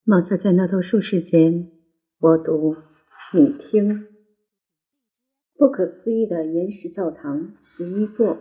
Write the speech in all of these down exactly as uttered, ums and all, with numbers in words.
毛小娟的读书时间，我读你听。不可思议的岩石教堂十一座。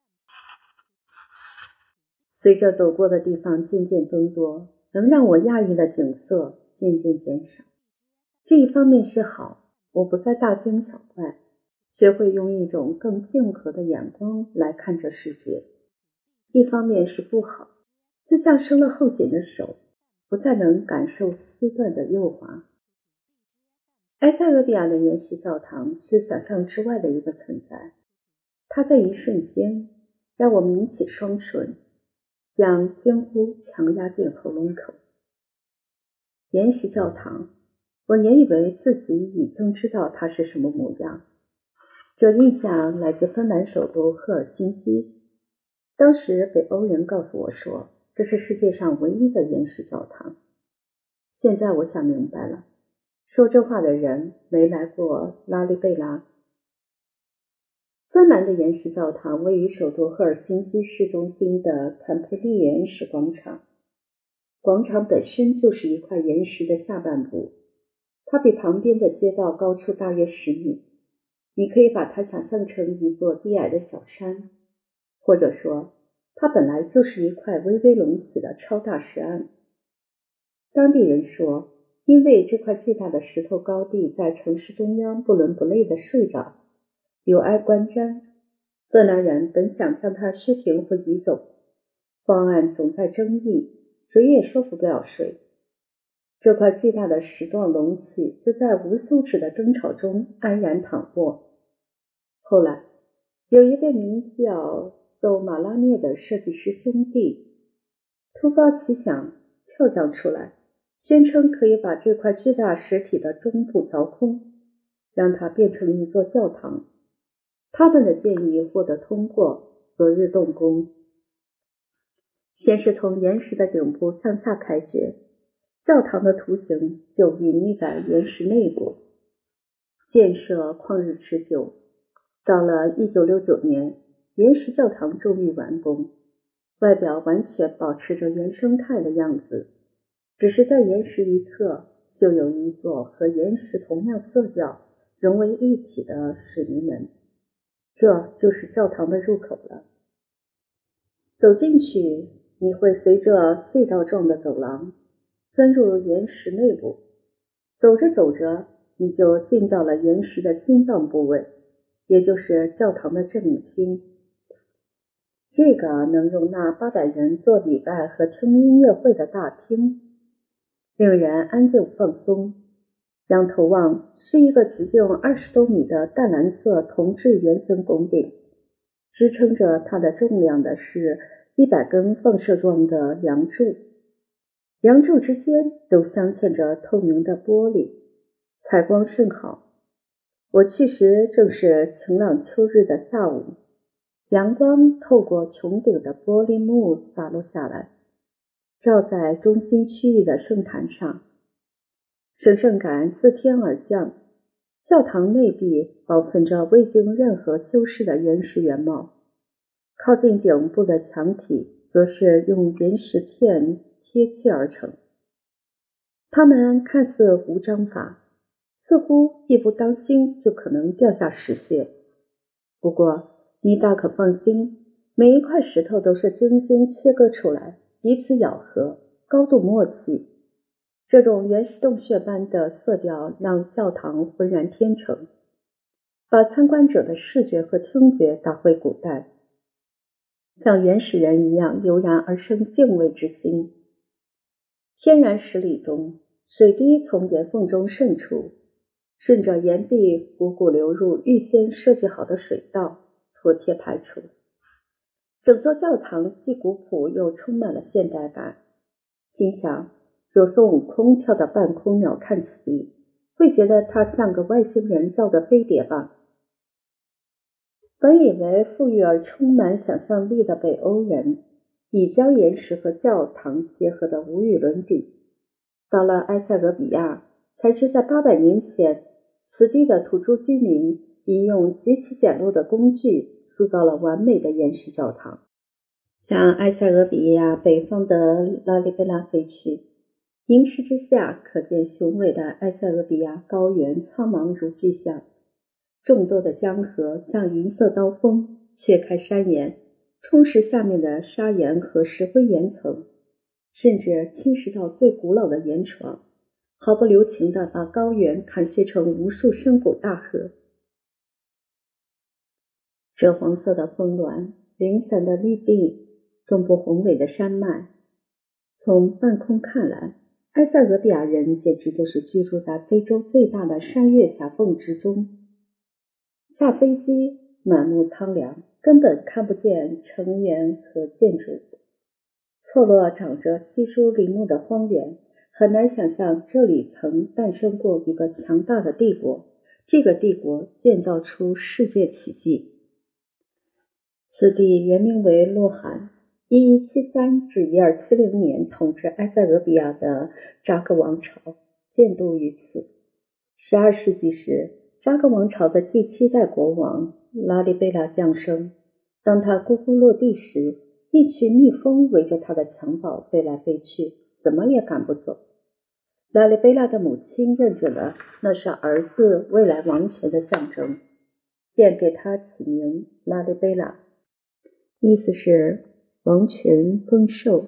随着走过的地方渐渐增多，能让我讶异的景色渐渐减少。这一方面是好，我不再大惊小怪，学会用一种更静和的眼光来看这世界。一方面是不好，就像生了后颈的手，不再能感受丝缎的幼滑。埃塞俄比亚的岩石教堂是想象之外的一个存在，它在一瞬间让我抿起双唇，将惊呼强压进喉咙口。岩石教堂，我原以为自己已经知道它是什么模样。这印象来自芬兰首都赫尔辛基，当时北欧人告诉我说，这是世界上唯一的岩石教堂。现在我想明白了，说这话的人没来过拉利贝拉。芬兰的岩石教堂位于首都赫尔辛基市中心的坎佩利岩石广场，广场本身就是一块岩石的下半部，它比旁边的街道高出大约十米，你可以把它想象成一座低矮的小山，或者说它本来就是一块微微隆起的超大石岸。当地人说，因为这块巨大的石头高地在城市中央不伦不类地睡着，有碍观瞻，芬兰人本想将它削平或移走，方案总在争议，谁也说服不了谁。这块巨大的石状隆起就在无休止的争吵中安然躺卧。后来，有一对名叫窦马拉涅的设计师兄弟突发奇想，跳将出来，宣称可以把这块巨大实体的中部凿空，让它变成一座教堂。他们的建议获得通过，昨日动工。先是从岩石的顶部向下开掘，教堂的图形就隐匿在岩石内部。建设旷日持久，到了一九六九年，岩石教堂终于完工，外表完全保持着原生态的样子，只是在岩石一侧绣有一座和岩石同样色调融为一体的水泥门，这就是教堂的入口了。走进去，你会随着隧道状的走廊钻入岩石内部，走着走着，你就进到了岩石的心脏部位，也就是教堂的正厅。这个能容纳八百人做礼拜和听音乐会的大厅，令人安静放松。仰头望是一个直径二十多米的淡蓝色铜制圆形拱顶，支撑着它的重量的是一百根放射状的梁柱，梁柱之间都镶嵌着透明的玻璃，采光甚好。我去时正是晴朗秋日的下午，阳光透过穹顶的玻璃幕洒落下来，照在中心区域的圣坛上，神圣感自天而降。教堂内壁保存着未经任何修饰的原始原貌，靠近顶部的墙体则是用岩石片贴砌而成，它们看似无章法，似乎一不当心就可能掉下石屑。不过你大可放心，每一块石头都是精心切割出来，彼此咬合，高度默契。这种原始洞穴般的色调让教堂浑然天成，把参观者的视觉和听觉打回古代，像原始人一样油然而生敬畏之心。天然石里中，水滴从岩缝中渗出，顺着岩壁汩汩流入预先设计好的水道，妥帖排出。整座教堂既古朴又充满了现代感，心想若孙悟空跳到半空鸟瞰此地，会觉得他像个外星人造的飞碟吧。本以为富裕而充满想象力的北欧人已将岩石和教堂结合得无与伦比，到了埃塞俄比亚，才知在八百年前，此地的土著居民已用极其简陋的工具塑造了完美的岩石教堂。向埃塞俄比亚北方的拉里贝拉飞去， 凝视之下，可见雄伟的埃塞俄比亚高原苍茫如巨象，众多的江河像银色刀锋切开山岩，冲蚀下面的砂岩和石灰岩层，甚至侵蚀到最古老的岩床，毫不留情地把高原砍削成无数深谷大河。赭黄色的峰峦，零散的绿地，中部宏伟的山脉，从半空看来，埃塞俄比亚人简直就是居住在非洲最大的山岳峡缝之中。下飞机，满目苍凉，根本看不见城垣和建筑。错落长着稀疏林木的荒原，很难想象这里曾诞生过一个强大的帝国，这个帝国建造出世界奇迹。此地原名为洛罕，一一七三至一二七零年统治埃塞俄比亚的扎克王朝建都于此。十二世纪时，扎克王朝的第七代国王拉里贝拉降生。当他咕咕落地时，一群蜜蜂围着他的襁褓飞来飞去，怎么也赶不走。拉里贝拉的母亲认准了那是儿子未来王权的象征，便给他起名拉里贝拉，意思是王权丰寿。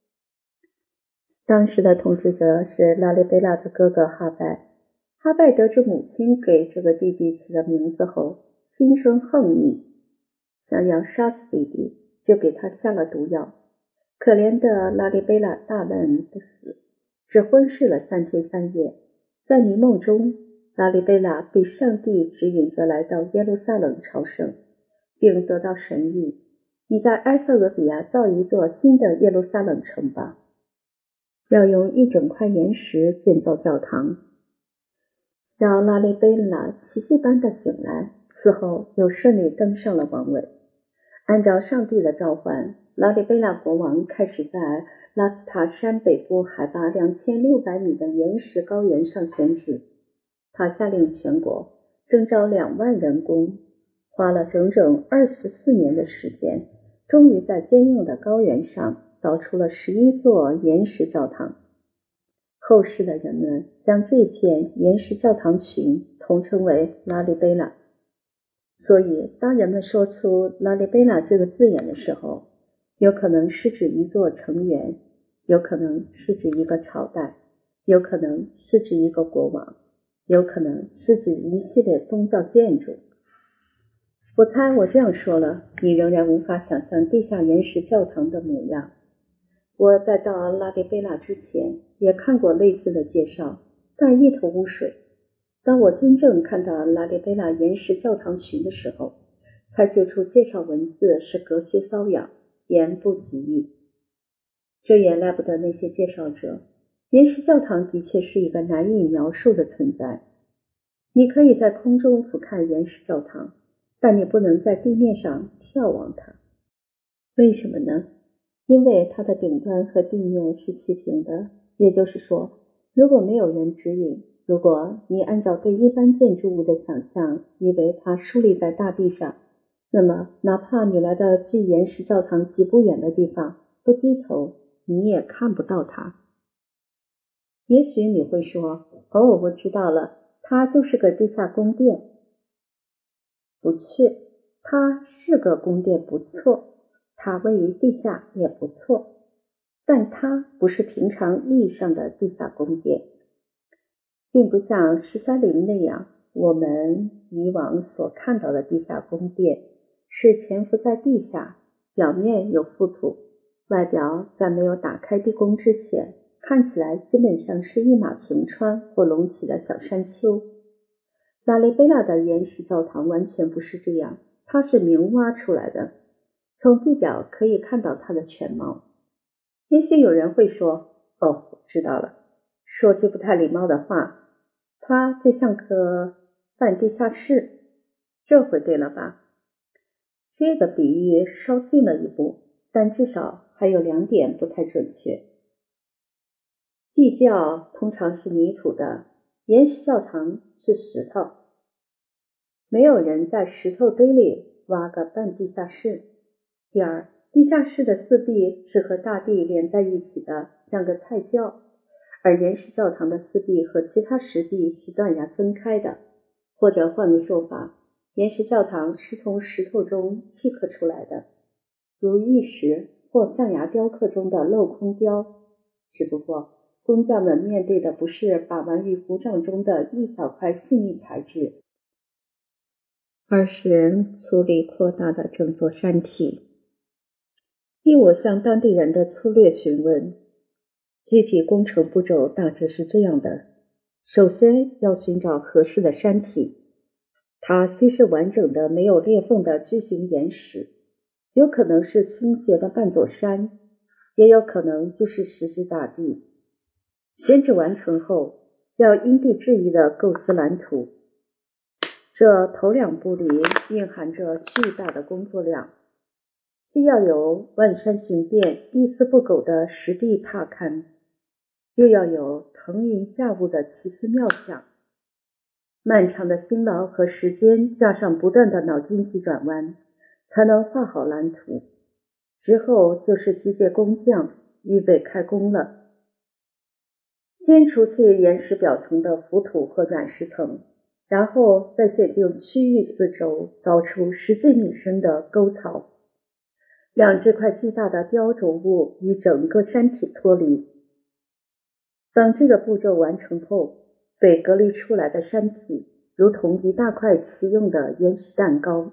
当时的统治者是拉里贝拉的哥哥哈拜。哈拜得知母亲给这个弟弟起了名字后，心生恨意，想要杀死弟弟，就给他下了毒药。可怜的拉里贝拉大难不死，只昏睡了三天三夜。在迷梦中，拉里贝拉被上帝指引着来到耶路撒冷朝圣，并得到神谕：你在埃塞俄比亚造一座新的耶路撒冷城吧，要用一整块岩石建造教堂。小拉里贝拉奇迹般的醒来，此后又顺利登上了王位。按照上帝的召唤，拉里贝拉国王开始在拉斯塔山北部海拔两千六百米的岩石高原上选址。他下令全国征召两万人工，花了整整二十四年的时间，终于在坚硬的高原上凿出了十一座岩石教堂。后世的人们将这片岩石教堂群统称为拉里贝拉。所以当人们说出拉里贝拉这个字眼的时候，有可能是指一座城垣，有可能是指一个朝代，有可能是指一个国王，有可能是指一系列宗教建筑。我猜我这样说了，你仍然无法想象地下岩石教堂的模样。我在到拉里贝拉之前也看过类似的介绍，但一头雾水。当我真正看到拉里贝拉岩石教堂群的时候，才觉出介绍文字是隔靴搔痒，言不及义。这也赖不得那些介绍者，岩石教堂的确是一个难以描述的存在。你可以在空中俯瞰岩石教堂，但你不能在地面上眺望它。为什么呢？因为它的顶端和地面是齐平的，也就是说，如果没有人指引，如果你按照对一般建筑物的想象，以为它竖立在大地上，那么哪怕你来到距岩石教堂几步远的地方，不低头，你也看不到它。也许你会说，哦，我知道了，它就是个地下宫殿。不确，它是个宫殿不错，它位于地下也不错，但它不是平常意义上的地下宫殿，并不像十三陵那样，我们以往所看到的地下宫殿是潜伏在地下，表面有覆土，外表在没有打开地宫之前，看起来基本上是一马平川或隆起的小山丘。拉里贝拉的岩石教堂完全不是这样，它是明挖出来的，从地表可以看到它的全貌。也许有人会说，哦，我知道了，说句不太礼貌的话，它就像个半地下室，这回对了吧？这个比喻稍近了一步，但至少还有两点不太准确。地窖通常是泥土的，岩石教堂是石头。没有人在石头堆里挖个半地下室。第二，地下室的四壁是和大地连在一起的，像个菜窖， 而岩石教堂的四壁和其他石壁是断崖分开的，或者换个说法，岩石教堂是从石头中砌刻出来的，如玉石或象牙雕刻中的镂空雕，只不过工匠们面对的不是把玩于鼓掌中的一小块细腻材质，而是粗粝扩大的整座山体。依我向当地人的粗略询问，具体工程步骤大致是这样的：首先要寻找合适的山体，它虽是完整的没有裂缝的巨型岩石，有可能是倾斜的半座山，也有可能就是石质大地。选址完成后，要因地制宜地构思蓝图，这头两步里蕴含着巨大的工作量，既要有万山寻遍、一丝不苟的实地踏勘，又要有腾云驾雾的奇思妙想。漫长的辛劳和时间，加上不断的脑筋急转弯，才能画好蓝图。之后就是集结工匠，预备开工了。先除去岩石表层的浮土和软石层，然后再选定区域四周凿出十几米深的沟槽，让这块巨大的雕琢物与整个山体脱离。当这个步骤完成后，被隔离出来的山体如同一大块奇用的岩石蛋糕。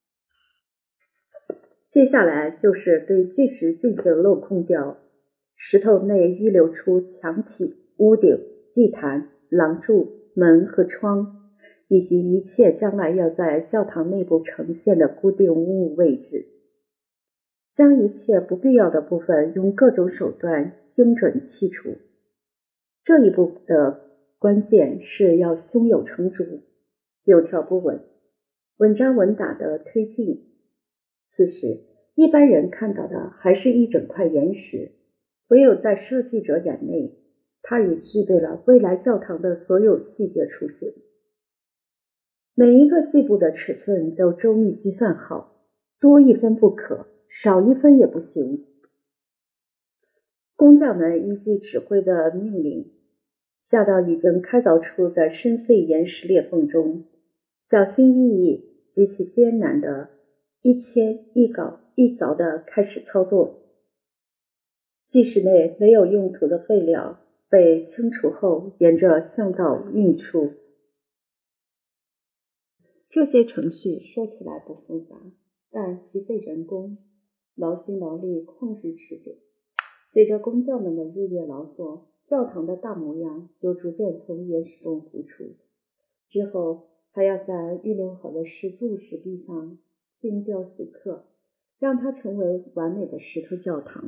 接下来就是对巨石进行镂空雕，石头内预留出墙体、屋顶、祭坛、廊柱、门和窗，以及一切将来要在教堂内部呈现的固定物位置，将一切不必要的部分用各种手段精准剔除。这一步的关键是要胸有成竹，有条不紊，稳扎稳打的推进。此时一般人看到的还是一整块岩石，唯有在设计者眼内，它已具备了未来教堂的所有细节雏形。每一个细部的尺寸都周密计算好，多一分不可，少一分也不行。工匠们依据指挥的命令，下到已经开凿出的深邃岩石裂缝中，小心翼翼、极其艰难的一切一镐一凿地开始操作。巨石内没有用途的废料被清除后，沿着巷道运出。这些程序说起来不复杂，但极费人工，劳心劳力，旷日持久。随着工匠们的日夜劳作，教堂的大模样就逐渐从岩石中浮出。之后还要在预留好的石柱石壁上精雕细刻，让它成为完美的石头教堂。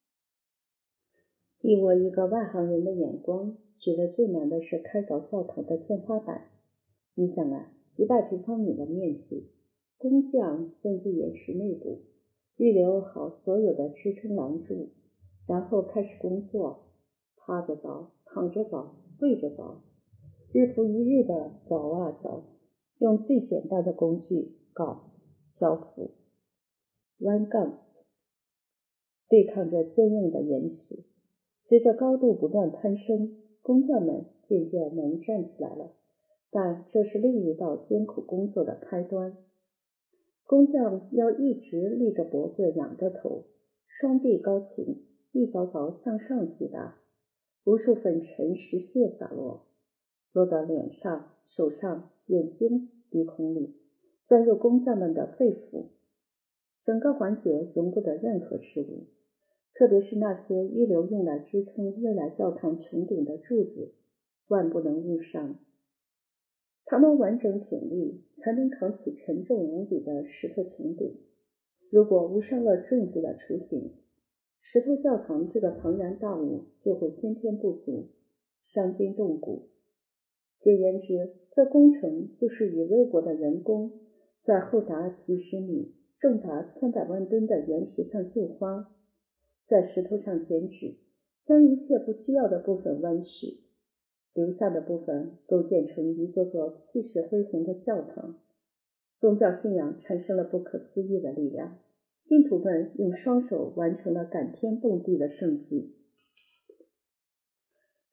以我一个外行人的眼光，觉得最难的是开凿教堂的天花板。你想啊，几百平方米的面积，工匠钻进岩石内部，预留好所有的支撑廊柱，然后开始工作，趴着凿，躺着凿，跪着凿，日复一日的凿啊凿，用最简单的工具镐、削斧、弯杠，对抗着坚硬的岩石。随着高度不断攀升，工匠们渐渐能站起来了，但这是另一道艰苦工作的开端。工匠要一直立着脖子，仰着头，双臂高擎，一凿凿向上击打，无数粉尘石屑洒落，落到脸上、手上、眼睛、鼻孔里，钻入工匠们的肺腑。整个环节容不得任何失误，特别是那些预留用来支撑未来教堂穹顶的柱子，万不能误伤。它们完整挺立，才能扛起沉重无比的石头穹顶。如果误伤了柱子的雏形，石头教堂这个庞然大物就会先天不足，伤筋动骨。简言之，这工程就是以微薄的人工，在厚达几十米、重达千百万吨的岩石上绣花，在石头上剪纸，将一切不需要的部分弯曲，留下的部分构建成一座座气势恢宏的教堂。宗教信仰产生了不可思议的力量，信徒们用双手完成了感天动地的圣迹。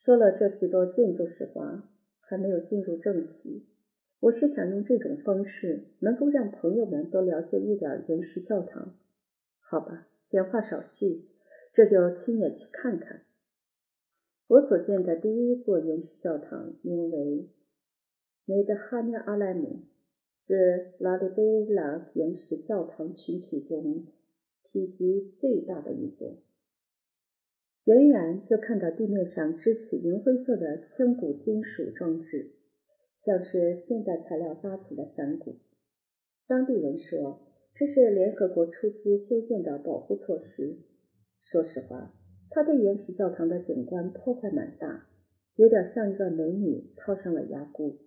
说了这许多建筑史话，还没有进入正题。我是想用这种方式能够让朋友们都了解一点原始教堂。好吧，闲话少叙，这就亲眼去看看。我所见的第一座原始教堂名为梅德哈涅阿莱姆，是拉里贝拉原始教堂群体中体积最大的一座。远远就看到地面上支起银灰色的千古金属装置，像是现代材料搭起的伞骨。当地人说，这是联合国出资修建的保护措施。说实话，它对原始教堂的景观破坏蛮大，有点像一个美女套上了牙箍。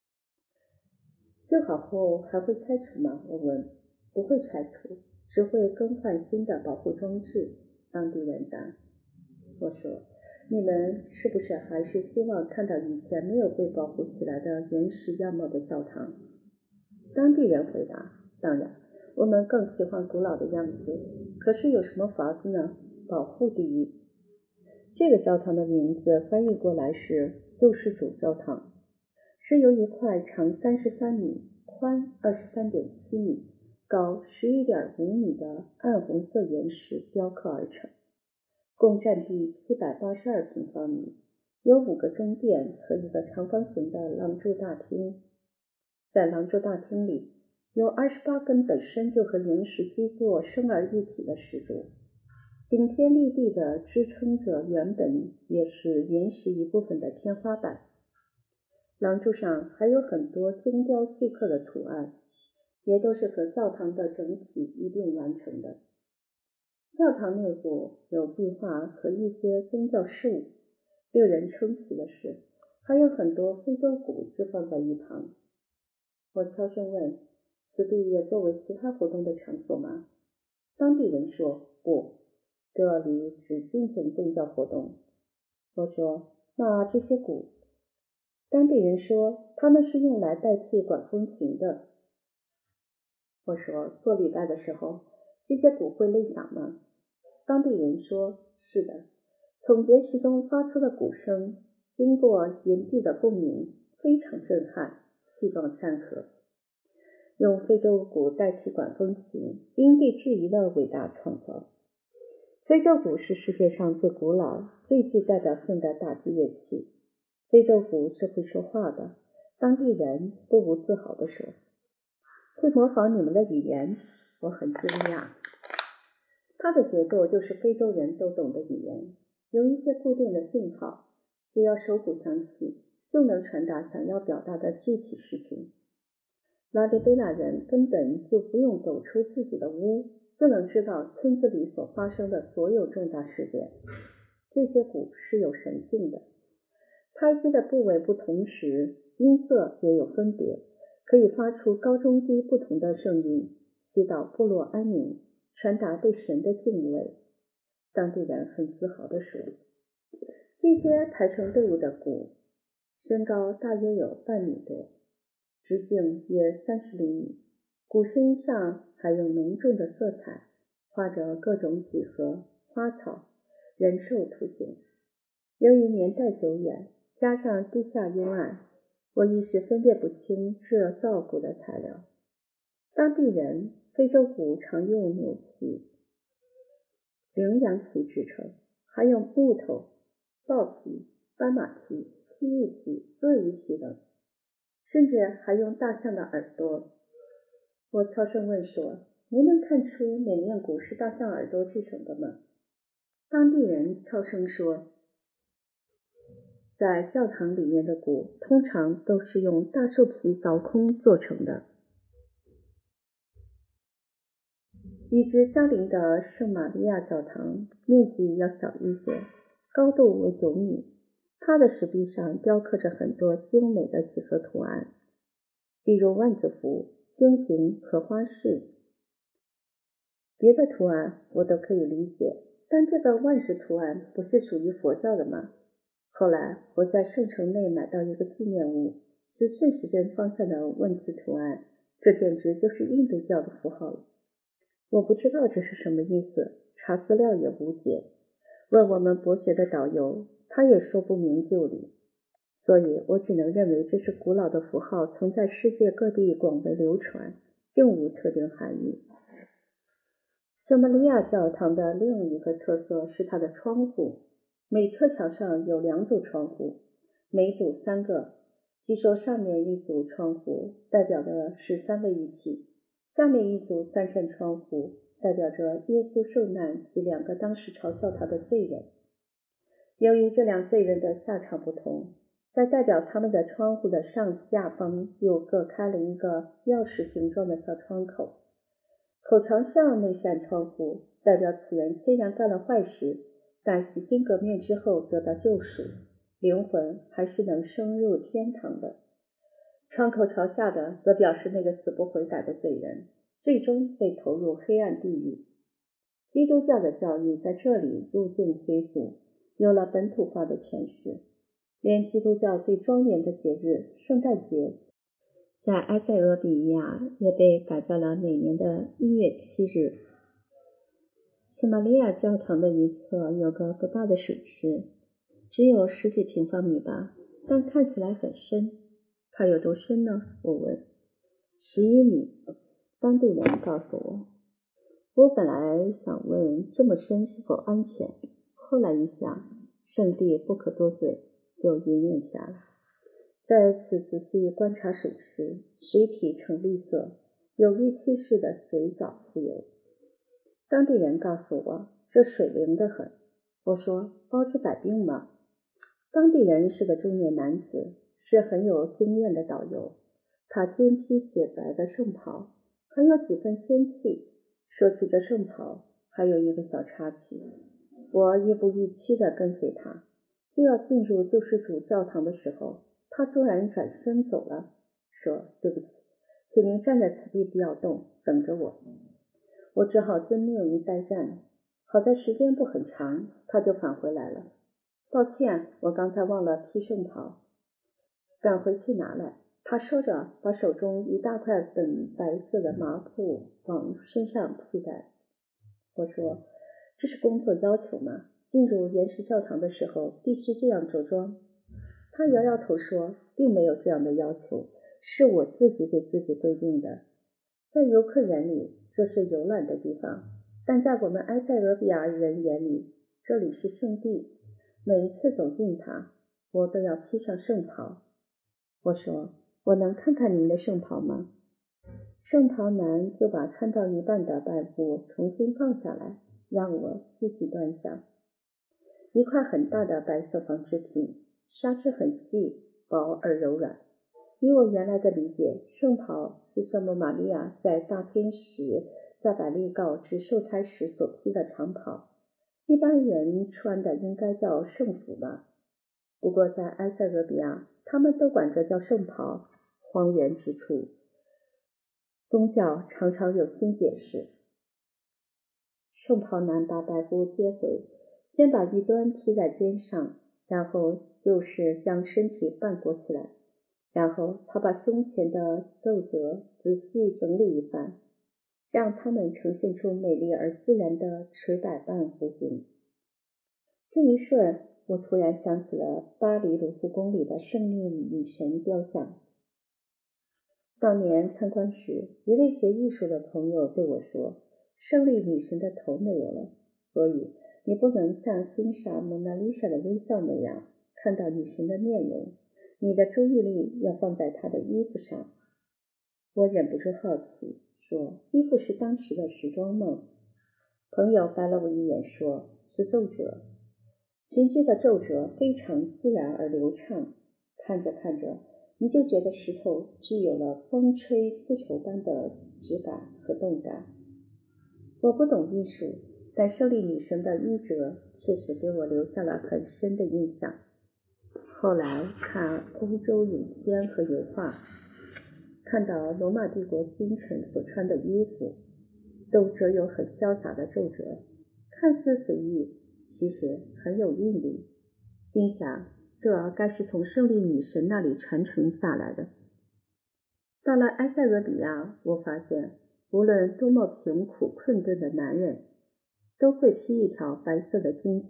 修好后还会拆除吗？我问。不会拆除，只会更换新的保护装置。当地人答。我说，你们是不是还是希望看到以前没有被保护起来的原始样貌的教堂？当地人回答，当然，我们更喜欢古老的样子，可是有什么法子呢？保护第一。这个教堂的名字翻译过来是救世主教堂，是由一块长三十三米、宽 二十三点七米、高 十一点五米的暗红色岩石雕刻而成，共占地七百八十二平方米，有五个中殿和一个长方形的廊柱大厅。在廊柱大厅里，有二十八根本身就和岩石基座生而一体的石柱，顶天立地地支撑着原本也是岩石一部分的天花板。廊柱上还有很多精雕细刻的图案，也都是和教堂的整体一并完成的。教堂内部有壁画和一些宗教事物，令人称奇的是，还有很多非洲鼓置放在一旁。我悄声问，此地也作为其他活动的场所吗？当地人说，不，这里只进行宗教活动。我说，那这些鼓？当地人说，他们是用来代替管风琴的。我说，做礼拜的时候，这些鼓会类响吗？当地人说，是的，从岩石中发出的鼓声，经过岩壁的共鸣，非常震撼，气壮山河。用非洲鼓代替管风琴，因地制宜的伟大创造。非洲鼓是世界上最古老、最具代表性的打击乐器。非洲鼓是会说话的，当地人不无自豪地说。会模仿你们的语言，我很惊讶。它的节奏就是非洲人都懂的语言，有一些固定的信号，只要手鼓响起，就能传达想要表达的具体事情。拉迪贝拉人根本就不用走出自己的屋，就能知道村子里所发生的所有重大事件。这些鼓是有神性的，拍击的部位不同时，音色也有分别，可以发出高中低不同的声音，祈祷部落安宁，传达对神的敬畏。当地人很自豪地说，这些排成队伍的鼓，身高大约有半米多，直径约三十厘米，鼓身上还有浓重的色彩，画着各种几何、花草、人兽图形。由于年代久远，加上地下幽暗，我一时分辨不清这造鼓的材料。当地人非洲鼓常用牛皮、羚羊皮制成，还有木头、豹皮、斑马皮、蜥蜴皮、鳄鱼皮等，甚至还用大象的耳朵。我悄声问说，您能看出哪面鼓是大象耳朵制成的吗？当地人悄声说，在教堂里面的鼓通常都是用大兽皮凿空做成的。与之相邻的圣玛利亚教堂面积要小一些，高度为九米，它的石壁上雕刻着很多精美的几何图案，比如万字符、星形和花式。别的图案我都可以理解，但这个万字图案不是属于佛教的吗？后来我在圣城内买到一个纪念物，是顺时针方向的万字图案，这简直就是印度教的符号了。我不知道这是什么意思，查资料也无解。问我们博学的导游， 他也说不明就里，所以我只能认为这是古老的符号，曾在世界各地广为流传，并无特定含义。圣玛利亚教堂的另一个特色是它的窗户，每侧墙上有两组窗户，每组三个，即说上面一组窗户代表的是三位一体，下面一组三扇窗户代表着耶稣受难及两个当时嘲笑他的罪人。由于这两罪人的下场不同，在代表他们的窗户的上下方又各开了一个钥匙形状的小窗口。口朝上那扇窗户代表此人虽然干了坏事，但洗心革面之后得到救赎，灵魂还是能升入天堂的。窗口朝下的则表示那个死不悔改的罪人最终被投入黑暗地狱。基督教的教义在这里入境随俗，有了本土化的诠释，连基督教最庄严的节日圣诞节在埃塞俄比亚也被改在了每年的一月七日。圣玛利亚教堂的一侧有个不大的水池，只有十几平方米吧，但看起来很深。它有多深呢？我问。十一米，当地人告诉我。我本来想问这么深是否安全，后来一想，圣地不可多嘴，就隐忍下来。再次仔细观察水池，水体呈绿色，有氯气式的水藻浮游。当地人告诉我，这水灵得很。我说，包治百病吗？当地人是个中年男子，是很有经验的导游。他肩披雪白的圣袍，很有几分仙气。说起这圣袍，还有一个小插曲。我亦步亦趋地跟随他，就要进入救世主教堂的时候，他突然转身走了，说：“对不起，请您站在此地不要动，等着我。”我只好遵命于待战。好在时间不很长，他就返回来了。抱歉，我刚才忘了披圣袍，赶回去拿来。他说着，把手中一大块本白色的麻布往身上披戴。我说：“这是工作要求吗？进入岩石教堂的时候必须这样着装？”他摇摇头说：“并没有这样的要求，是我自己给自己规定的。在游客眼里，这是游览的地方，但在我们埃塞俄比亚人眼里，这里是圣地。每一次走进它，我都要披上圣袍。”我说：“我能看看您的圣袍吗？”圣袍男就把穿到一半的白布重新放下来，让我细细端详。一块很大的白色纺织品，纱质很细，薄而柔软。以我原来的理解，圣袍是圣母玛利亚在大天使在百利告至受胎时所披的长袍，一般人穿的应该叫圣服吧。不过在埃塞俄比亚，他们都管这叫圣袍。荒原之处，宗教常常有新解释。圣袍男把白布接回，先把一端披在肩上，然后就是将身体半裹起来，然后他把胸前的皱褶仔细整理一番，让它们呈现出美丽而自然的垂摆半弧形。这一瞬，我突然想起了巴黎卢浮宫里的胜利女神雕像。当年参观时，一位学艺术的朋友对我说，胜利女神的头没有了，所以你不能像欣赏蒙娜丽莎的微笑那样看到女神的面容，你的注意力要放在她的衣服上。我忍不住好奇，说：“衣服是当时的时装吗？”朋友白了我一眼，说：“是皱褶。裙裾的皱褶非常自然而流畅，看着看着，你就觉得石头具有了风吹丝绸般的质感和动感。”我不懂艺术，但胜利女神的衣褶确实给我留下了很深的印象。后来看欧洲影片和油画，看到罗马帝国君臣所穿的衣服，都折有很潇洒的皱褶，看似随意，其实很有韵律。心想，这该是从胜利女神那里传承下来的。到了埃塞俄比亚，我发现无论多么贫苦困顿的男人，都会披一条白色的巾子，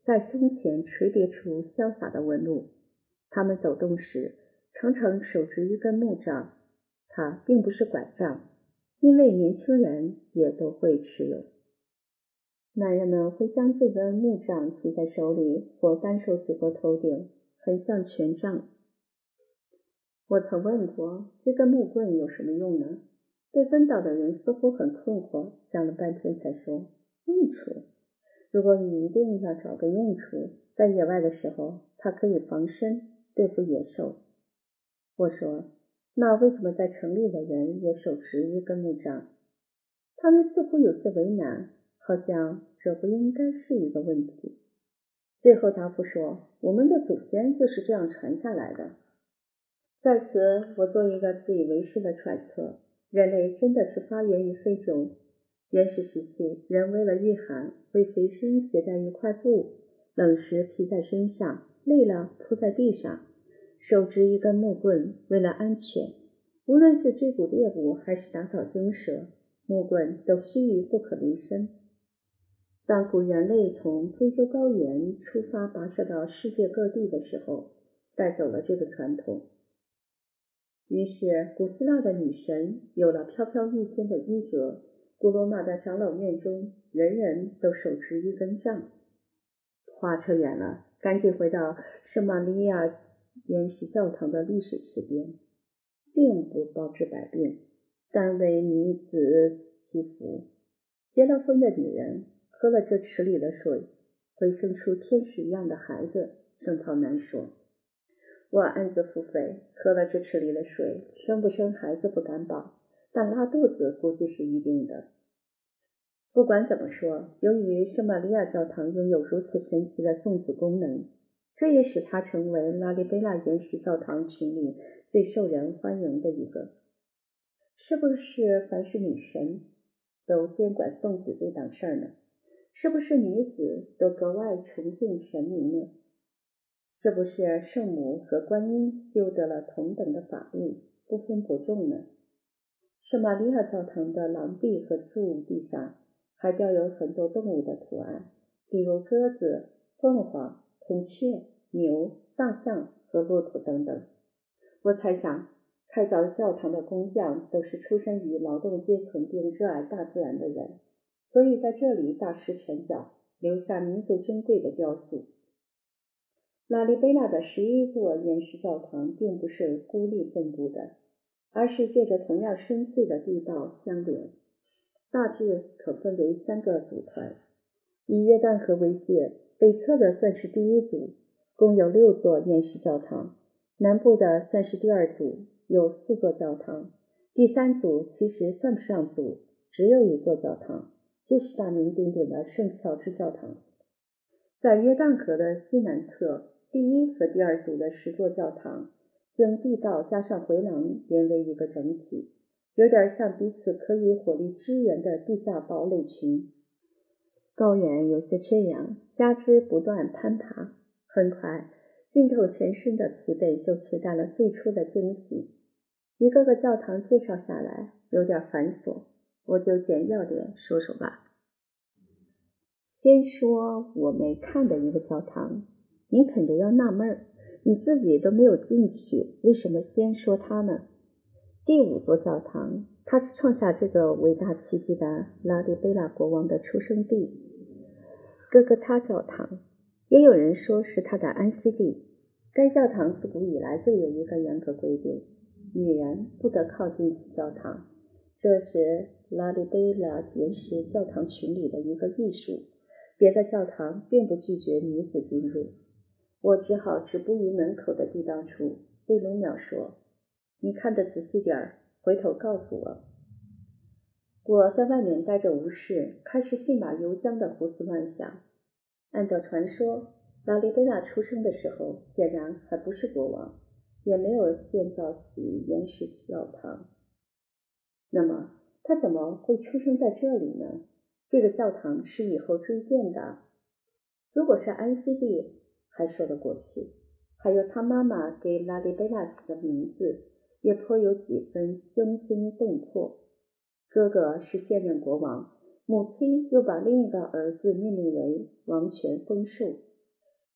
在胸前垂叠出潇洒的纹路。他们走动时常常手执一根木杖，它并不是拐杖，因为年轻人也都会持有。男人们会将这根木杖系在手里，或单手举过头顶，很像权杖。我曾问过，这根木棍有什么用呢？被问到的人似乎很困惑，想了半天才说，用处。如果你一定要找个用处，在野外的时候，它可以防身，对付野兽。我说，那为什么在城里的人也手持一根木杖？他们似乎有些为难，好像这不应该是一个问题。最后答复说，我们的祖先就是这样传下来的。在此，我做一个自以为是的揣测，人类真的是发源于非洲。原始时期，人为了御寒，会随身携带一块布，冷时披在身上，累了铺在地上，手执一根木棍，为了安全。无论是追捕猎物还是打扫精舍，木棍都须臾不可离身。当古人类从非洲高原出发跋涉到世界各地的时候，带走了这个传统。于是古希腊的女神有了飘飘欲仙的衣着，古罗马的长老院中人人都手持一根杖。话扯远了，赶紧回到圣玛利亚岩石教堂的历史起点。并不包治百病，但为女子祈福。结了婚的女人喝了这池里的水，会生出天使一样的孩子，圣pau南说。我暗自腹诽，喝了这池里的水，生不生孩子不敢保，但拉肚子估计是一定的。不管怎么说，由于圣玛利亚教堂拥有如此神奇的送子功能，这也使它成为拉里贝拉岩石教堂群里最受人欢迎的一个。是不是凡是女神都监管送子这档事儿呢？是不是女子都格外崇敬神明呢？是不是圣母和观音修得了同等的法力，不分伯仲呢？圣玛利亚教堂的廊壁和柱壁上还雕有很多动物的图案，比如鸽子、凤凰、孔雀、牛、大象和骆驼等等。我猜想，开凿教堂的工匠都是出身于劳动阶层并热爱大自然的人，所以在这里大施拳脚，留下弥足珍贵的雕塑。拉里贝拉的十一座岩石教堂并不是孤立分布的，而是借着同样深邃的地道相连，大致可分为三个组团。以约旦河为界，北侧的算是第一组，共有六座岩石教堂，南部的算是第二组，有四座教堂，第三组其实算不上组，只有一座教堂，就是大名鼎鼎的圣乔治教堂。在约旦河的西南侧，第一和第二组的十座教堂经地道加上回廊连为一个整体，有点像彼此可以火力支援的地下堡垒群。高原有些缺氧，加之不断攀爬，很快浸透全身的疲惫就取代了最初的惊喜。一个个教堂介绍下来有点繁琐，我就简要点说说吧。先说我没看的一个教堂，你肯定要纳闷，你自己都没有进去，为什么先说它呢？第五座教堂，它是创下这个伟大奇迹的拉里贝拉国王的出生地，哥哥他教堂，也有人说是他的安息地。该教堂自古以来就有一个严格规定，女人不得靠近此教堂，这是拉里贝拉岩石教堂群里的一个艺术，别的教堂并不拒绝女子进入。我只好止步于门口的地道处，对卢淼说，你看得仔细点儿，回头告诉我。我在外面待着无事，开始信马由缰地胡思乱想。按照传说，拉里贝拉出生的时候显然还不是国王，也没有建造起岩石教堂。那么他怎么会出生在这里呢？这个教堂是以后追建的。如果是安息地还说得过去，还有他妈妈给拉里贝拉起的名字也颇有几分惊心动魄。哥哥是现任国王，母亲又把另一个儿子命名为王权丰硕，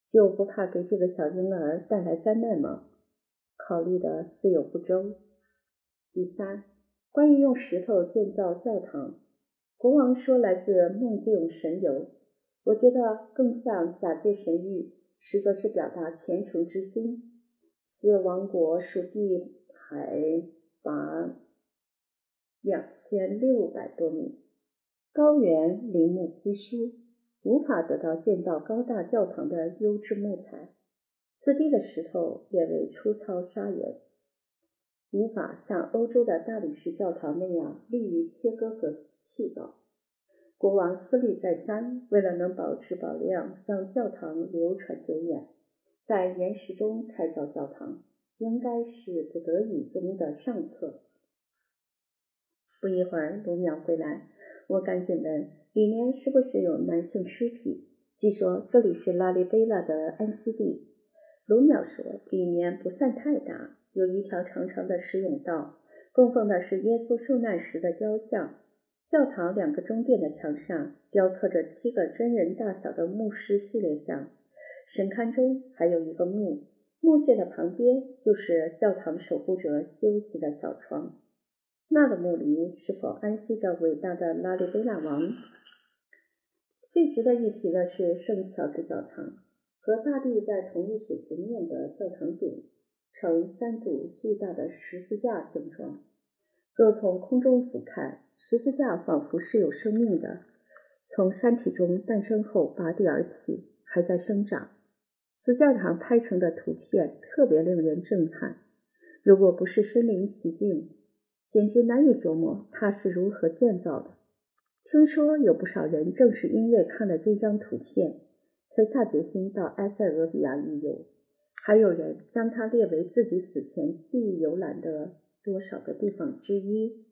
就不怕给这个小婴儿带来灾难吗？考虑的似有不周。第三，关于用石头建造教堂，国王说来自梦境神游，我觉得更像假借神谕，实则是表达虔诚之心。此王国属地海拔两千六百多米，高原林木稀疏，无法得到建造高大教堂的优质木材。此地的石头也为粗糙砂岩，无法像欧洲的大理石教堂那样利于切割和砌造。国王思虑再三，为了能保质保量，让教堂流传久远，在岩石中开凿教堂，应该是不得已中的上策。不一会儿，卢淼回来，我赶紧问，里面是不是有男性尸体？据说这里是拉里贝拉的安息地。卢淼说，里面不算太大，有一条长长的石甬道，供奉的是耶稣受难时的雕像。教堂两个中殿的墙上雕刻着七个真人大小的牧师系列像，神龛中还有一个墓，墓穴的旁边就是教堂守护者休息的小床。那个墓里是否安息着伟大的拉里贝拉王？最值得一提的是圣乔治教堂，和大地在同一水平面的教堂顶呈三组巨大的十字架形状，若从空中俯瞰，十字架仿佛是有生命的，从山体中诞生后拔地而起，还在生长。此教堂拍成的图片特别令人震撼，如果不是身临其境，简直难以琢磨它是如何建造的。听说有不少人正是因为看了这张图片，才下决心到埃塞俄比亚旅游，还有人将它列为自己死前必游览的多少个地方之一。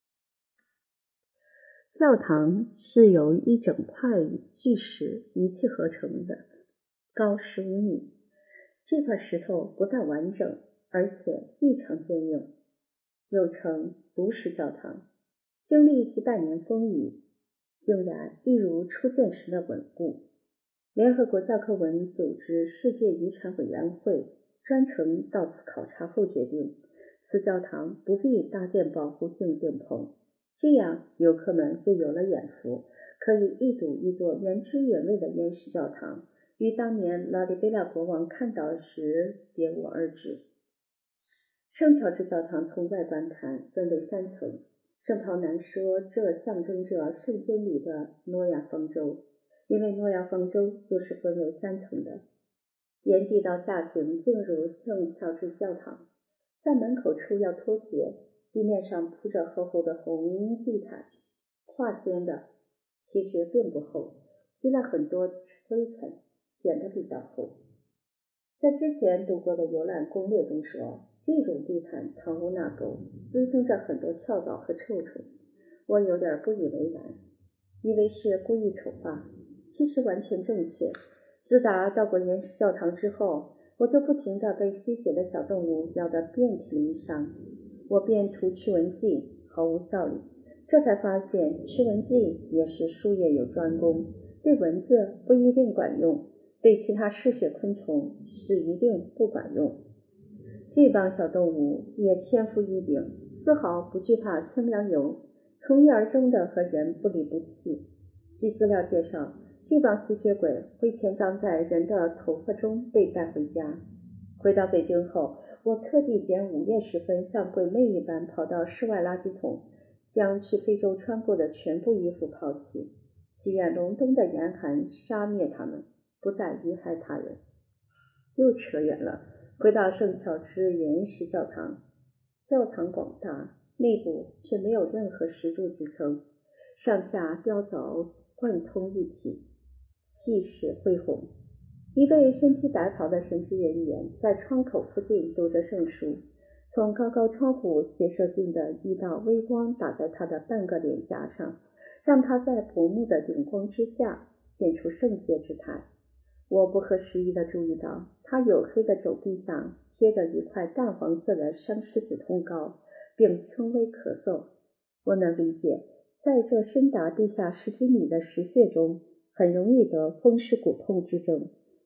教堂是由一整块巨石一气呵成的，高十五米。这块石头不但完整，而且异常坚硬，又称炉石教堂。经历几百年风雨，竟然一如初建时的稳固。联合国教科文组织世界遗产委员会专程到此考察后决定，此教堂不必搭建保护性顶棚，这样游客们就有了眼福，可以一睹一座原汁原味的岩石教堂，与当年拉里贝拉国王看到时别无二致。圣乔治教堂从外观看分为三层，圣袍南说这象征着圣经里的诺亚方舟，因为诺亚方舟就是分为三层的。沿地道下行进入圣乔治教堂，在门口处要脱鞋，地面上铺着厚厚的红地毯，化纤的，其实并不厚，积了很多灰尘，显得比较厚。在之前读过的游览攻略中说，这种地毯藏污纳垢，滋生着很多跳蚤和臭虫。我有点不以为然，以为是故意丑化，其实完全正确。自打到过岩石教堂之后，我就不停地被吸血的小动物咬得遍体鳞伤，我便涂驱蚊剂，毫无效力。这才发现驱蚊剂也是术业有专攻，对蚊子不一定管用，对其他嗜血昆虫是一定不管用。这帮小动物也天赋异禀，丝毫不惧怕清凉油，从一而终的和人不离不弃。据资料介绍，这帮吸血鬼会潜藏在人的头发中被带回家。回到北京后，我特地拣午夜时分像鬼魅一般跑到室外垃圾桶，将去非洲穿过的全部衣服抛弃，祈愿隆冬的严寒杀灭它们，不再贻害他人。又扯远了，回到圣乔治岩石教堂。教堂广大，内部却没有任何石柱支撑，上下雕凿贯通一起，气势恢宏。一位身披白袍的神职人员在窗口附近读着圣书，从高高窗户斜射进的一道微光打在他的半个脸颊上，让他在薄幕的顶光之下显出圣洁之态。我不合时宜地注意到，他黝黑的肘臂上贴着一块淡黄色的伤湿止痛膏，并轻微咳嗽。我能理解，在这深达地下十几米的石穴中，很容易得风湿骨痛之症，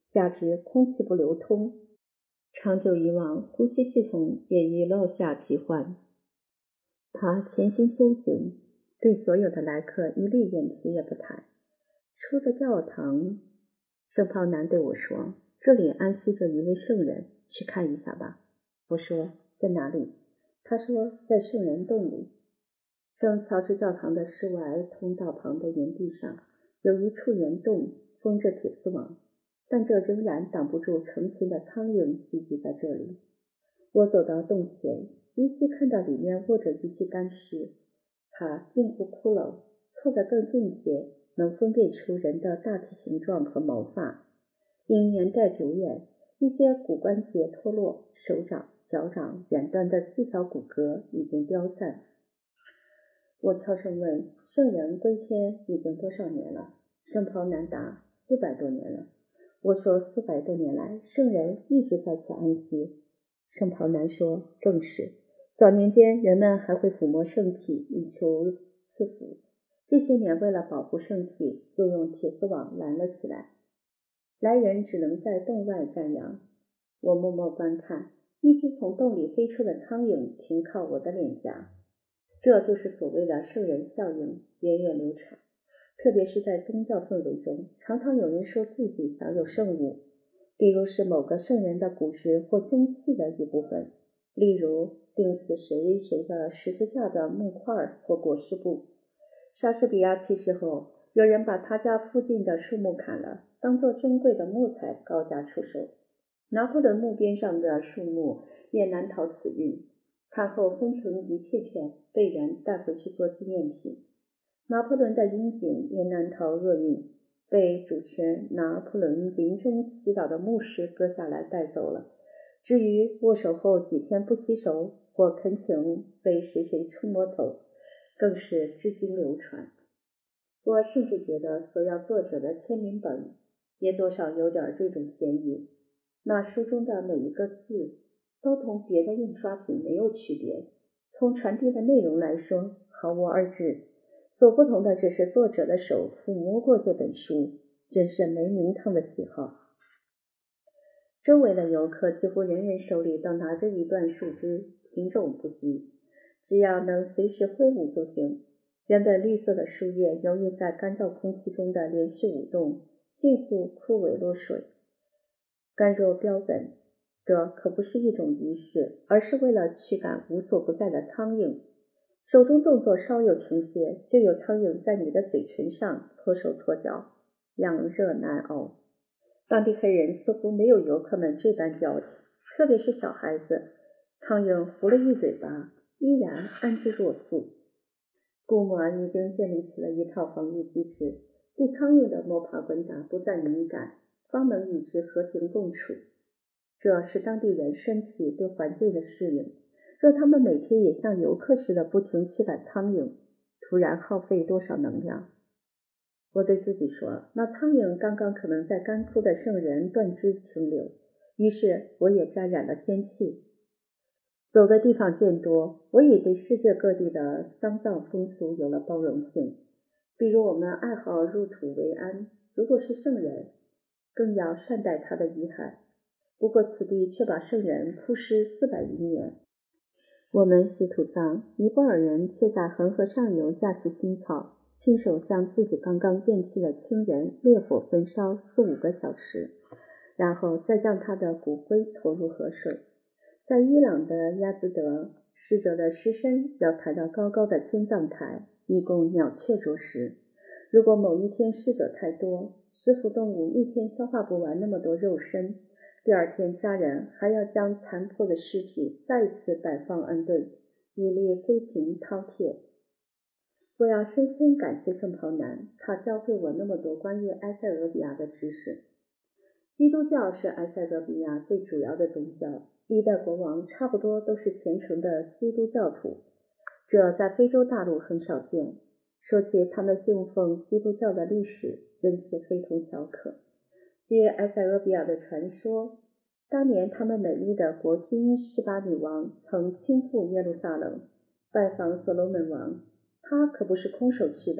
加之空气不流通，长久以往，呼吸系统也易落下疾患。他潜心修行，对所有的来客一律眼皮也不抬。出了教堂，圣袍男对我说，这里安息着一位圣人，去看一下吧。我说，在哪里？他说，在圣人洞里。圣乔治教堂的室外通道旁的岩壁上有一处岩洞，封着铁丝网，但这仍然挡不住成群的苍蝇聚集在这里。我走到洞前，依稀看到里面卧着一具干尸，他近乎骷髅，凑得更近些，能分辨出人的大体形状和毛发。因年代久远，一些骨关节脱落，手掌、脚掌远端的细小骨骼已经凋散。我悄声问，圣人归天已经多少年了？圣袍男答，四百多年了。我说，四百多年来，圣人一直在此安息。圣袍男说，正是。早年间，人们还会抚摸圣体以求赐福，这些年为了保护圣体，就用铁丝网拦了起来，来人只能在洞外瞻仰。我默默观看，一只从洞里飞出的苍蝇停靠我的脸颊。这就是所谓的圣人效应，源远流长。特别是在宗教氛围中，常常有人说自己享有圣物，比如是某个圣人的骨质或凶器的一部分，例如钉死谁谁的十字架的木块或裹尸布。莎士比亚去世后，有人把他家附近的树木砍了，当作珍贵的木材高价出售。拿破仑墓边上的树木也难逃此运，看后分成一片片，被人带回去做纪念品。拿破仑的阴茎也难逃厄运，被主持拿破仑临终祈祷的牧师割下来带走了。至于握手后几天不洗手或恳请被谁谁触摸头，更是至今流传。我甚至觉得索要作者的签名本也多少有点这种嫌疑，那书中的每一个字都同别的印刷品没有区别，从传递的内容来说毫无二致，所不同的只是作者的手抚摸过这本书，真是没名堂的喜好。周围的游客几乎人人手里都拿着一段树枝，品种不拘，只要能随时挥舞就行。原本绿色的树叶由于在干燥空气中的连续舞动，迅速枯萎落水，干若标本。这可不是一种仪式，而是为了驱赶无所不在的苍蝇。手中动作稍有停歇，就有苍蝇在你的嘴唇上搓手搓脚，痒热难熬。当地黑人似乎没有游客们这般交情，特别是小孩子，苍蝇扶了一嘴巴，依然安之若素。古摩已经建立起了一套防御机制，对苍蝇的摸爬滚打不再敏感，方能与之和平共处。这是当地人升起对环境的适应。若他们每天也像游客似的不停驱赶苍蝇，突然耗费多少能量？我对自己说，那苍蝇刚刚可能在干枯的圣人断肢停留，于是我也沾染了仙气。走的地方渐多，我也对世界各地的丧葬风俗有了包容性。比如我们爱好入土为安，如果是圣人，更要善待他的遗骸。不过此地却把圣人铺尸四百余年。我们洗土葬，尼泊尔人却在恒河上游架起新草，亲手将自己刚刚咽气的亲人烈火焚烧四五个小时，然后再将他的骨灰投入河水。在伊朗的亚兹德，逝者的尸身要抬到高高的天葬台，以供鸟雀啄食。如果某一天逝者太多，食腐动物一天消化不完那么多肉身，第二天家人还要将残破的尸体再次摆放安顿，以利飞禽饕餮。我要深深感谢圣袍男，他教会我那么多关于埃塞俄比亚的知识。基督教是埃塞俄比亚最主要的宗教，历代国王差不多都是虔诚的基督教徒，这在非洲大陆很少见。说起他们信奉基督教的历史，真是非同小可。据埃塞俄比亚的传说，当年他们美丽的国君示巴女王曾亲赴耶路撒冷拜访所罗门王，他可不是空手去的，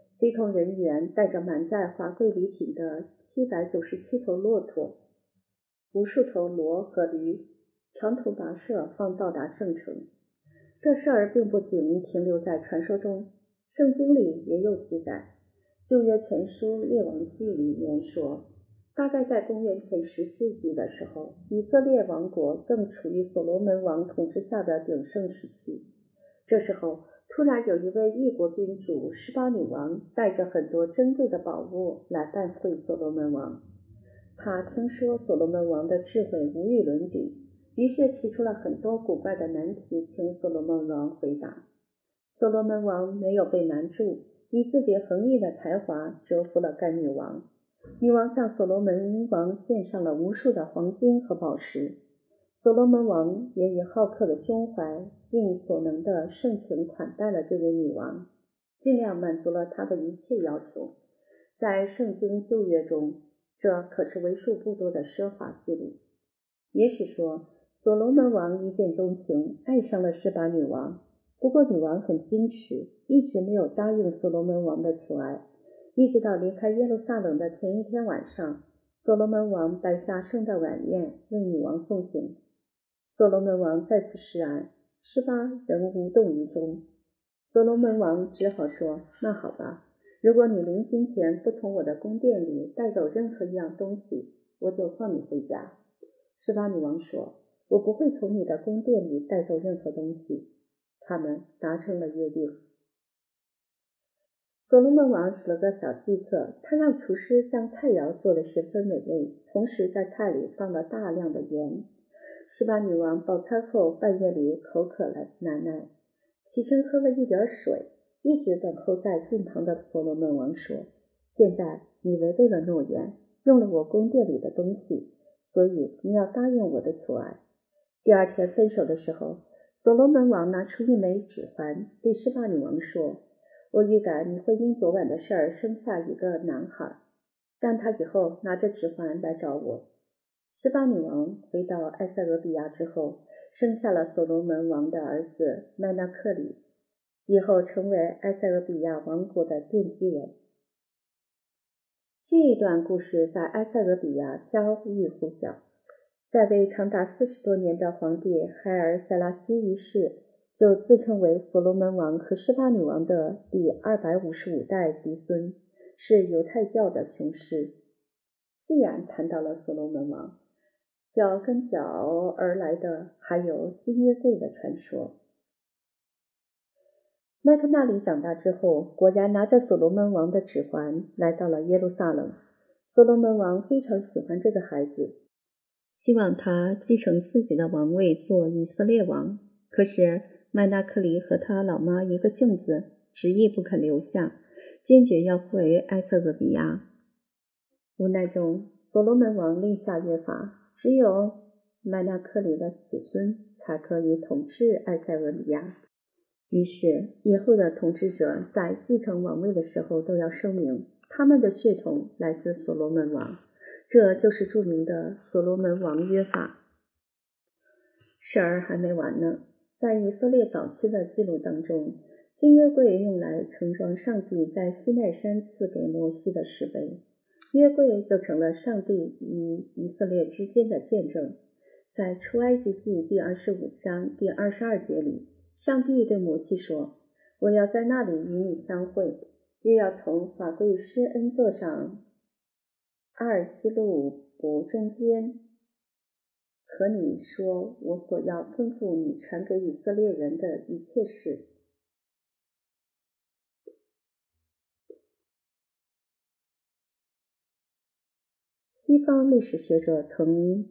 随从人员带着满载华贵礼品的七百九十七头骆驼、无数头骡和驴，长途跋涉方到达圣城。这事儿并不仅停留在传说中，圣经里也有记载。旧约全书列王记里面说，大概在公元前十世纪的时候，以色列王国正处于所罗门王统治下的鼎盛时期。这时候突然有一位异国君主示巴女王带着很多珍贵的宝物来拜会所罗门王。他听说所罗门王的智慧无与伦比，于是提出了很多古怪的难题，请所罗门王回答。所罗门王没有被难住，以自己横溢的才华折服了该女王。女王向所罗门王献上了无数的黄金和宝石，所罗门王也以好客的胸怀尽所能的盛情款待了这位女王，尽量满足了她的一切要求。在圣经旧约中，这可是为数不多的奢华记录。也是说，所罗门王一见钟情，爱上了示巴女王。不过女王很矜持，一直没有答应所罗门王的求爱。一直到离开耶路撒冷的前一天晚上，所罗门王摆下圣诞晚宴，为女王送行。所罗门王再次示爱，示巴仍无动于衷。所罗门王只好说，那好吧，如果你临行前不从我的宫殿里带走任何一样东西，我就放你回家。示巴女王说，我不会从你的宫殿里带走任何东西。他们达成了约定。所罗门王使了个小计策，他让厨师将菜肴做得十分美味，同时在菜里放了大量的盐。示巴女王饱餐后半夜里口渴了难耐，起身喝了一点水，一直等候在近旁的所罗门王说，现在你违背了诺言，用了我宫殿里的东西，所以你要答应我的求爱。第二天分手的时候，所罗门王拿出一枚指环，对示巴女王说，我预感你会因昨晚的事儿生下一个男孩，让他以后拿着指环来找我。示巴女王回到埃塞俄比亚之后，生下了所罗门王的儿子麦纳克里，以后成为埃塞俄比亚王国的奠基人。这一段故事在埃塞俄比亚家喻户晓。在位长达四十多年的皇帝海尔塞拉西一世就自称为所罗门王和示巴女王的第二百五十五代嫡孙，是犹太教的雄狮。既然谈到了所罗门王，脚跟脚而来的还有金约柜的传说。麦克纳里长大之后，果然拿着所罗门王的指环来到了耶路撒冷。所罗门王非常喜欢这个孩子，希望他继承自己的王位做以色列王。可是麦纳克里和他老妈一个性子，执意不肯留下，坚决要回埃塞俄比亚。无奈中，所罗门王立下约法，只有麦纳克里的子孙才可以统治埃塞俄比亚。于是以后的统治者在继承王位的时候都要声明他们的血统来自所罗门王，这就是著名的所罗门王约法。事儿还没完呢，在以色列早期的记录当中，金约柜用来盛装上帝在西奈山赐给摩西的石碑，约柜就成了上帝与以色列之间的见证。在出埃及记第二十五章第二十二节里，上帝对摩西说，我要在那里与你相会，又要从法柜施恩座上阿尔基路伯中间和你说我所要吩咐你传给以色列人的一切事。西方历史学者曾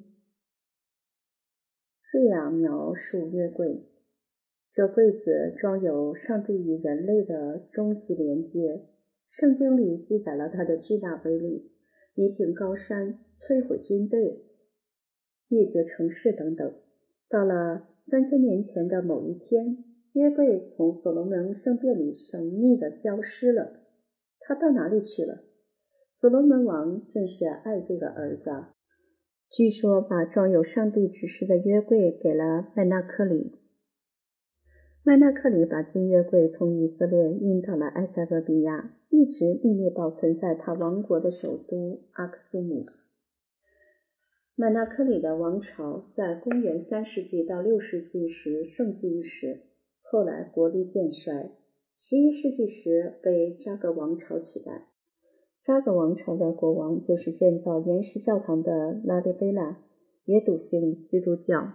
这样描述约柜，这柜子装有上帝与人类的终极连接，圣经里记载了它的巨大威力，夷平高山，摧毁军队，灭绝城市等等。到了三千年前的某一天，约柜从所罗门圣殿里神秘地消失了。他到哪里去了？所罗门王正是爱这个儿子，据说把装有上帝指示的约柜给了麦纳克里。 麦纳克里把金约柜从以色列运到了埃塞俄比亚，一直秘密保存在他王国的首都阿克苏姆。麦纳克里的王朝在公元三世纪到六世纪时盛极一时，后来国力渐衰，十一世纪时被扎格王朝取代。扎格王朝的国王就是建造原始教堂的拉里贝拉，也笃信基督教。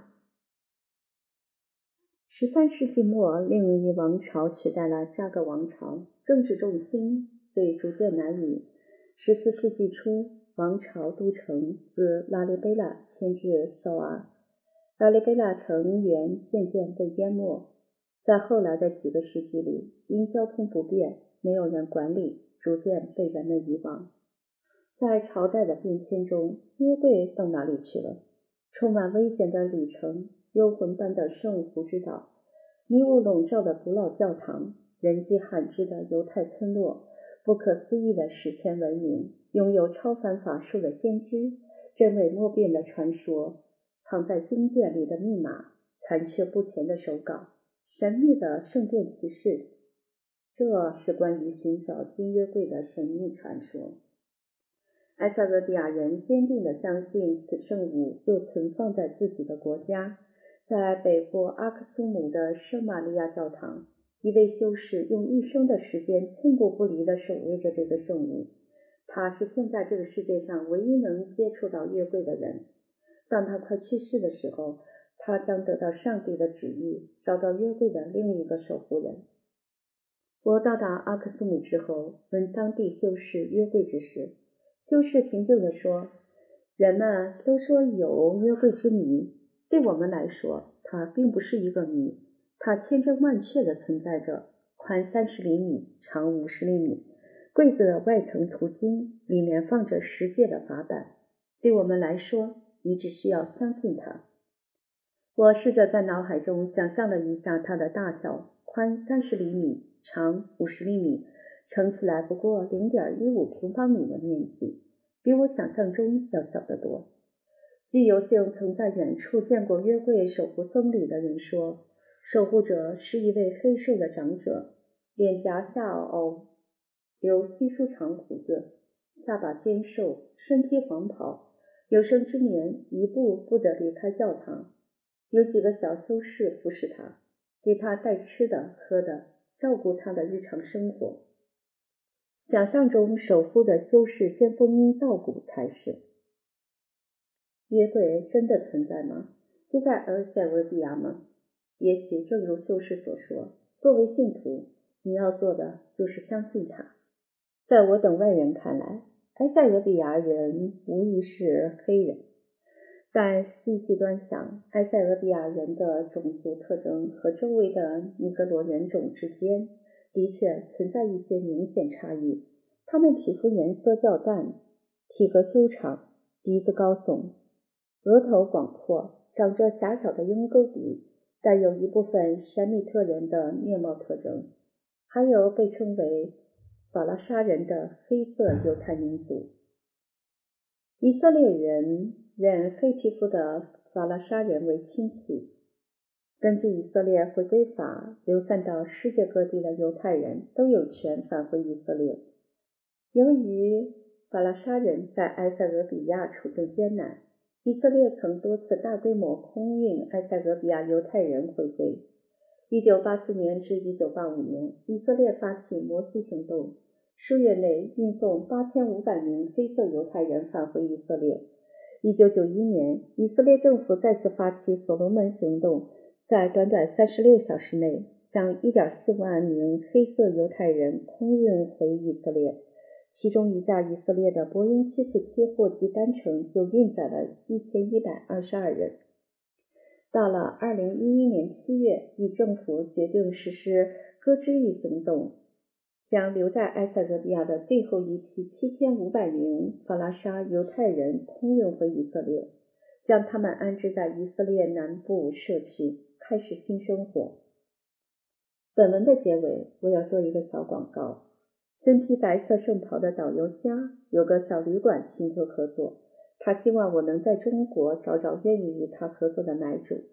十三世纪末，另一王朝取代了扎格王朝，政治重心遂逐渐南移。十四世纪初，王朝都城自拉里贝拉迁至首尔，拉里贝拉城垣渐渐被淹没。在后来的几个世纪里，因交通不便，没有人管理，逐渐被人们遗忘。在朝代的变迁中，约柜到哪里去了？充满危险的旅程，幽魂般的圣湖之岛，迷雾笼罩的古老教堂，人迹罕至的犹太村落，不可思议的史前文明，拥有超凡法术的先知，真伪莫辨的传说，藏在经卷里的密码，残缺不全的手稿，神秘的圣殿骑士。这是关于寻找金约柜的神秘传说。埃塞俄比亚人坚定地相信此圣物就存放在自己的国家，在北部阿克苏姆的圣玛利亚教堂，一位修士用一生的时间寸步不离地守卫着这个圣物。他是现在这个世界上唯一能接触到约柜的人。当他快去世的时候，他将得到上帝的旨意，找到约柜的另一个守护人。我到达阿克苏姆之后，问当地修士约柜之事。修士平静地说，人们都说有约柜之谜，对我们来说，它并不是一个谜，它千真万确地存在着，宽三十厘米，长五十厘米。柜子的外层涂金，里面放着十诫的法版。对我们来说，你只需要相信它。我试着在脑海中想象了一下它的大小，宽三十厘米，长五十厘米，乘起来不过 零点一五平方米的面积，比我想象中要小得多。据有幸曾在远处见过约柜守护僧侣的人说，守护者是一位黑瘦的长者，脸颊下凹，留稀疏长胡子，下巴尖瘦，身披黄袍，有生之年一步不得离开教堂。有几个小修士服侍他，给他带吃的喝的，照顾他的日常生活。想象中守护的修士仙风道骨才是。约柜真的存在吗？就在埃塞俄比亚吗？也许正如修士所说，作为信徒，你要做的就是相信它。在我等外人看来，埃塞俄比亚人无疑是黑人，但细细端详，埃塞俄比亚人的种族特征和周围的尼格罗人种之间的确存在一些明显差异。他们皮肤颜色较淡，体格修长，鼻子高耸，额头广阔，长着狭小的鹰钩鼻，带有一部分闪米特人的面貌特征，还有被称为法拉沙人的黑色犹太民族。以色列人认黑皮肤的法拉沙人为亲戚。根据以色列回归法，流散到世界各地的犹太人都有权返回以色列。由于法拉沙人在埃塞俄比亚处境艰难，以色列曾多次大规模空运埃塞俄比亚犹太人回归。一九八四年至一九八五年，以色列发起摩西行动，数月内运送八千五百名黑色犹太人返回以色列。一九九一年，以色列政府再次发起所罗门行动，在短短三十六小时内将 一点四万名黑色犹太人空运回以色列，其中一架以色列的波音七四七货机单程就运载了一千一百二十二人。到了二零一一年七月，以政府决定实施割之役行动，将留在埃塞俄比亚的最后一批七千五百名法拉沙犹太人空运回以色列，将他们安置在以色列南部社区，开始新生活。本文的结尾，我要做一个小广告。身披白色圣袍的导游家有个小旅馆寻求合作，他希望我能在中国找找愿意与他合作的买主。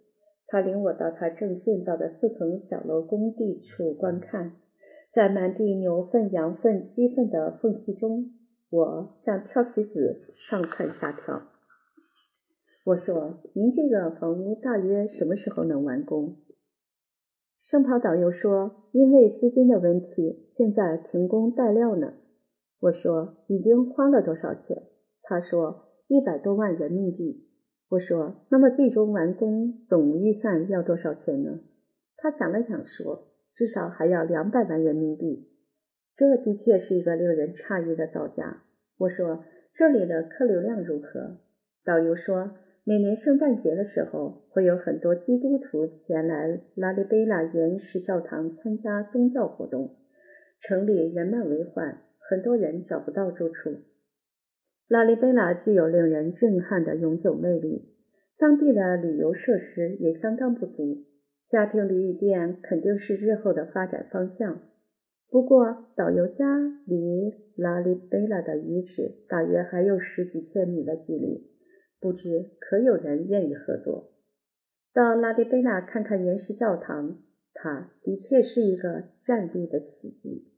他领我到他正建造的四层小楼工地处观看，在满地牛粪、羊粪、鸡粪的缝隙中，我像跳棋子上蹿下跳。我说：“您这个房屋大约什么时候能完工？”圣跑导游说：“因为资金的问题，现在停工待料呢。”我说：“已经花了多少钱？”他说：“一百多万人民币。”我说：“那么最终完工总预算要多少钱呢？”他想了想说：“至少还要两百万人民币。”这的确是一个令人诧异的造价。我说：“这里的客流量如何？”导游说：“每年圣诞节的时候，会有很多基督徒前来拉里贝拉岩石教堂参加宗教活动，城里人满为患，很多人找不到住处。”拉里贝拉具有令人震撼的永久魅力，当地的旅游设施也相当不足，家庭旅店肯定是日后的发展方向。不过，导游家离拉里贝拉的遗址大约还有十几千米的距离，不知可有人愿意合作。到拉里贝拉看看岩石教堂，它的确是一个战地的奇迹。